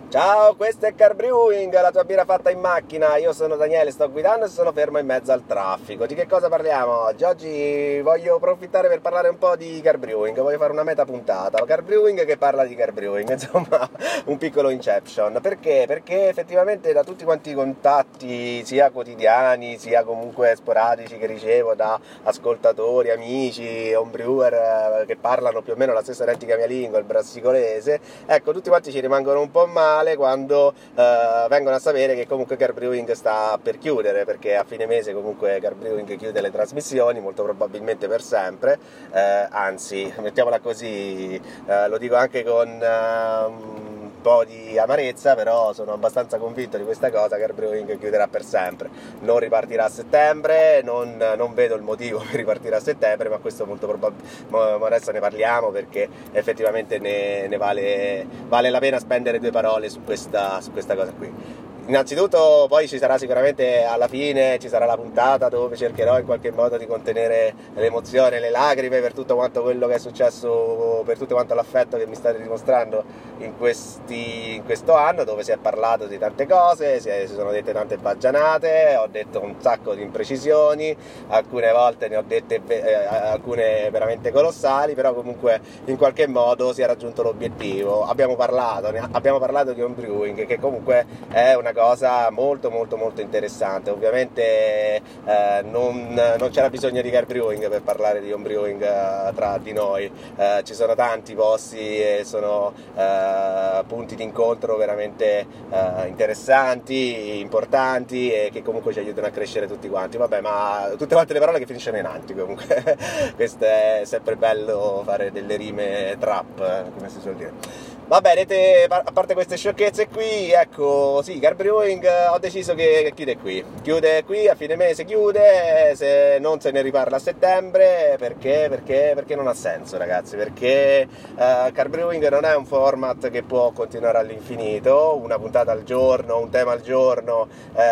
Ciao, questo è Car Brewing, la tua birra fatta in macchina. Io sono Daniele, sto guidando e sono fermo in mezzo al traffico. Di che cosa parliamo oggi? Oggi voglio approfittare per parlare un po' di Car Brewing. Voglio fare una meta puntata. Car Brewing che parla di Car Brewing, insomma, un piccolo inception. Perché? Perché effettivamente da tutti quanti i contatti, sia quotidiani, sia comunque sporadici, che ricevo da ascoltatori, amici, homebrewer che parlano più o meno la stessa identica mia lingua, il brassicolese, ecco, tutti quanti ci rimangono un po' male quando vengono a sapere che comunque Car Brewing sta per chiudere, perché a fine mese comunque Car Brewing chiude le trasmissioni, molto probabilmente per sempre, anzi, mettiamola così, lo dico anche con un po' di amarezza, però sono abbastanza convinto di questa cosa. Car Brewing chiuderà per sempre, non ripartirà a settembre, non vedo il motivo per ripartire a settembre, ma questo molto probabilmente, adesso ne parliamo perché effettivamente ne vale la pena spendere due parole su questa cosa qui. Innanzitutto poi ci sarà sicuramente alla fine, ci sarà la puntata dove cercherò in qualche modo di contenere l'emozione, le lacrime per tutto quanto quello che è successo, per tutto quanto l'affetto che mi state dimostrando in questo anno, dove si è parlato di tante cose, si sono dette tante baggianate, ho detto un sacco di imprecisioni, alcune volte ne ho dette alcune veramente colossali, però comunque in qualche modo si è raggiunto l'obiettivo. Abbiamo parlato di home brewing, che comunque è una cosa molto molto molto interessante. Ovviamente non c'era bisogno di Car Brewing per parlare di home brewing tra di noi, ci sono tanti posti e sono punti di incontro veramente interessanti, importanti e che comunque ci aiutano a crescere tutti quanti. Vabbè, ma tutte quante le parole che finiscono in anti comunque questo è sempre bello, fare delle rime trap, come si suol dire. Va bene, a parte queste sciocchezze qui, ecco, sì, Car Brewing ho deciso che chiude qui, a fine mese chiude, se non se ne riparla a settembre, perché non ha senso, ragazzi, perché Car Brewing non è un format che può continuare all'infinito, una puntata al giorno, un tema al giorno,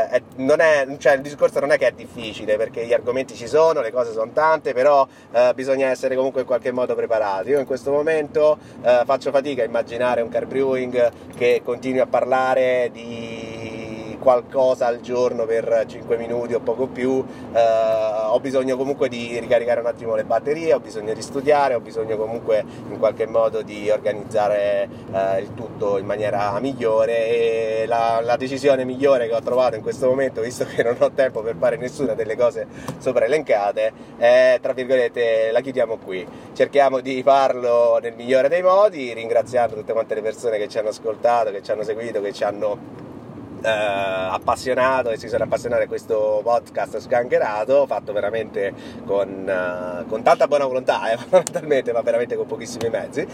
il discorso non è che è difficile, perché gli argomenti ci sono, le cose sono tante, però bisogna essere comunque in qualche modo preparati. Io in questo momento faccio fatica a immaginare un Car Brewing che continui a parlare di qualcosa al giorno per 5 minuti o poco più. Ho bisogno comunque di ricaricare un attimo le batterie, ho bisogno di studiare, ho bisogno comunque in qualche modo di organizzare il tutto in maniera migliore, e la decisione migliore che ho trovato in questo momento, visto che non ho tempo per fare nessuna delle cose sopra elencate, è, tra virgolette, la chiudiamo qui. Cerchiamo di farlo nel migliore dei modi, ringraziando tutte quante le persone che ci hanno ascoltato, che ci hanno seguito, che ci hanno appassionato e si sono appassionati a questo podcast sgangherato, fatto veramente con tanta buona volontà, fondamentalmente, ma veramente con pochissimi mezzi,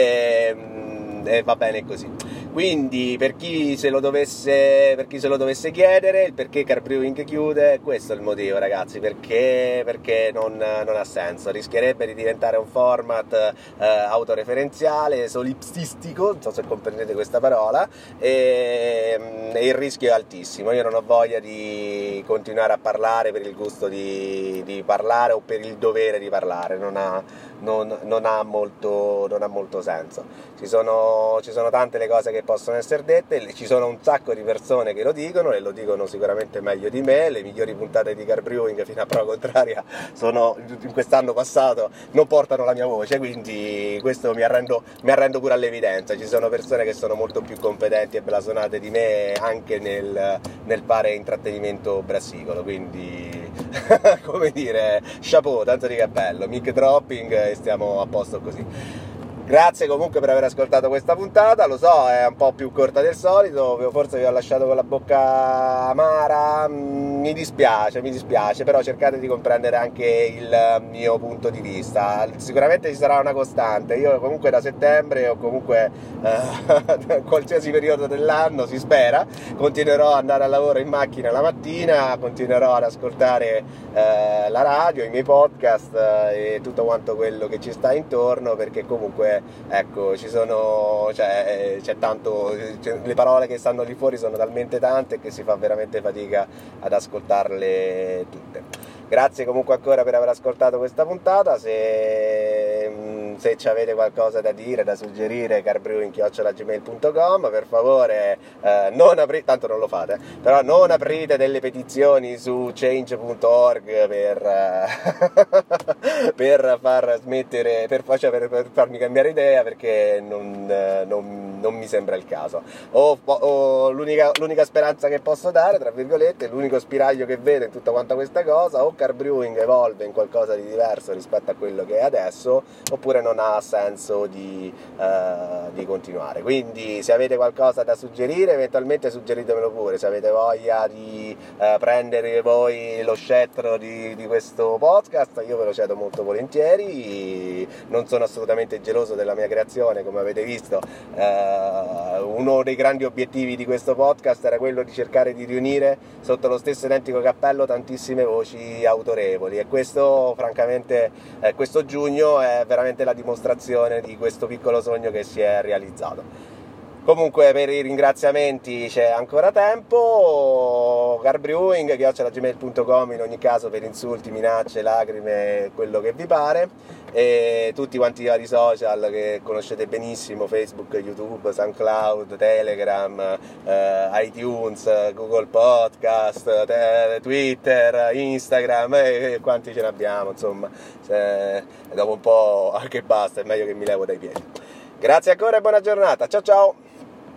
e va bene così. Quindi per chi se lo dovesse chiedere il perché Car Brewing chiude, questo è il motivo, ragazzi, perché non ha senso, rischierebbe di diventare un format autoreferenziale, solipsistico, non so se comprendete questa parola, e il rischio è altissimo. Io non ho voglia di continuare a parlare per il gusto di parlare o per il dovere di parlare, non ha molto senso. Ci sono tante le cose che possono essere dette, ci sono un sacco di persone che lo dicono e lo dicono sicuramente meglio di me. Le migliori puntate di Car Brewing, fino a prova contraria, in quest'anno passato non portano la mia voce, quindi questo mi arrendo pure all'evidenza. Ci sono persone che sono molto più competenti e blasonate di me anche nel fare intrattenimento brassicolo, quindi come dire, chapeau, tanto di cappello, mic dropping, e stiamo a posto così. Grazie comunque per aver ascoltato questa puntata, lo so, è un po' più corta del solito, forse vi ho lasciato con la bocca amara, mi dispiace, però cercate di comprendere anche il mio punto di vista. Sicuramente ci sarà una costante, io comunque da settembre o comunque qualsiasi periodo dell'anno, si spera, continuerò ad andare al lavoro in macchina la mattina, continuerò ad ascoltare la radio, i miei podcast e tutto quanto quello che ci sta intorno, perché comunque ecco, c'è tanto, le parole che stanno lì fuori sono talmente tante che si fa veramente fatica ad ascoltarle tutte. Grazie comunque ancora per aver ascoltato questa puntata. Se se ci avete qualcosa da dire, da suggerire, carbrewing@gmail.com. Per favore non aprite, tanto non lo fate, però non aprite delle petizioni su change.org per far smettere, per farmi cambiare idea, perché non mi sembra il caso. L'unica speranza che posso dare, tra virgolette, l'unico spiraglio che vedo in tutta quanta questa cosa: o Carbrewing evolve in qualcosa di diverso rispetto a quello che è adesso, oppure non ha senso di continuare. Quindi se avete qualcosa da suggerire, eventualmente suggeritemelo pure. Se avete voglia di prendere voi lo scettro di questo podcast, io ve lo cedo molto volentieri. Non sono assolutamente geloso della mia creazione, come avete visto. Uno dei grandi obiettivi di questo podcast era quello di cercare di riunire sotto lo stesso identico cappello tantissime voci autorevoli, e questo, francamente, questo giugno è veramente la dimostrazione di questo piccolo sogno che si è realizzato. Comunque, per i ringraziamenti c'è ancora tempo. carbrewing@gmail.com in ogni caso, per insulti, minacce, lacrime, quello che vi pare. E tutti quanti i vari social che conoscete benissimo: Facebook, YouTube, SoundCloud, Telegram, iTunes, Google Podcast, Twitter, Instagram, e quanti ce ne abbiamo, insomma. Dopo un po' anche basta, è meglio che mi levo dai piedi. Grazie ancora e buona giornata, ciao ciao!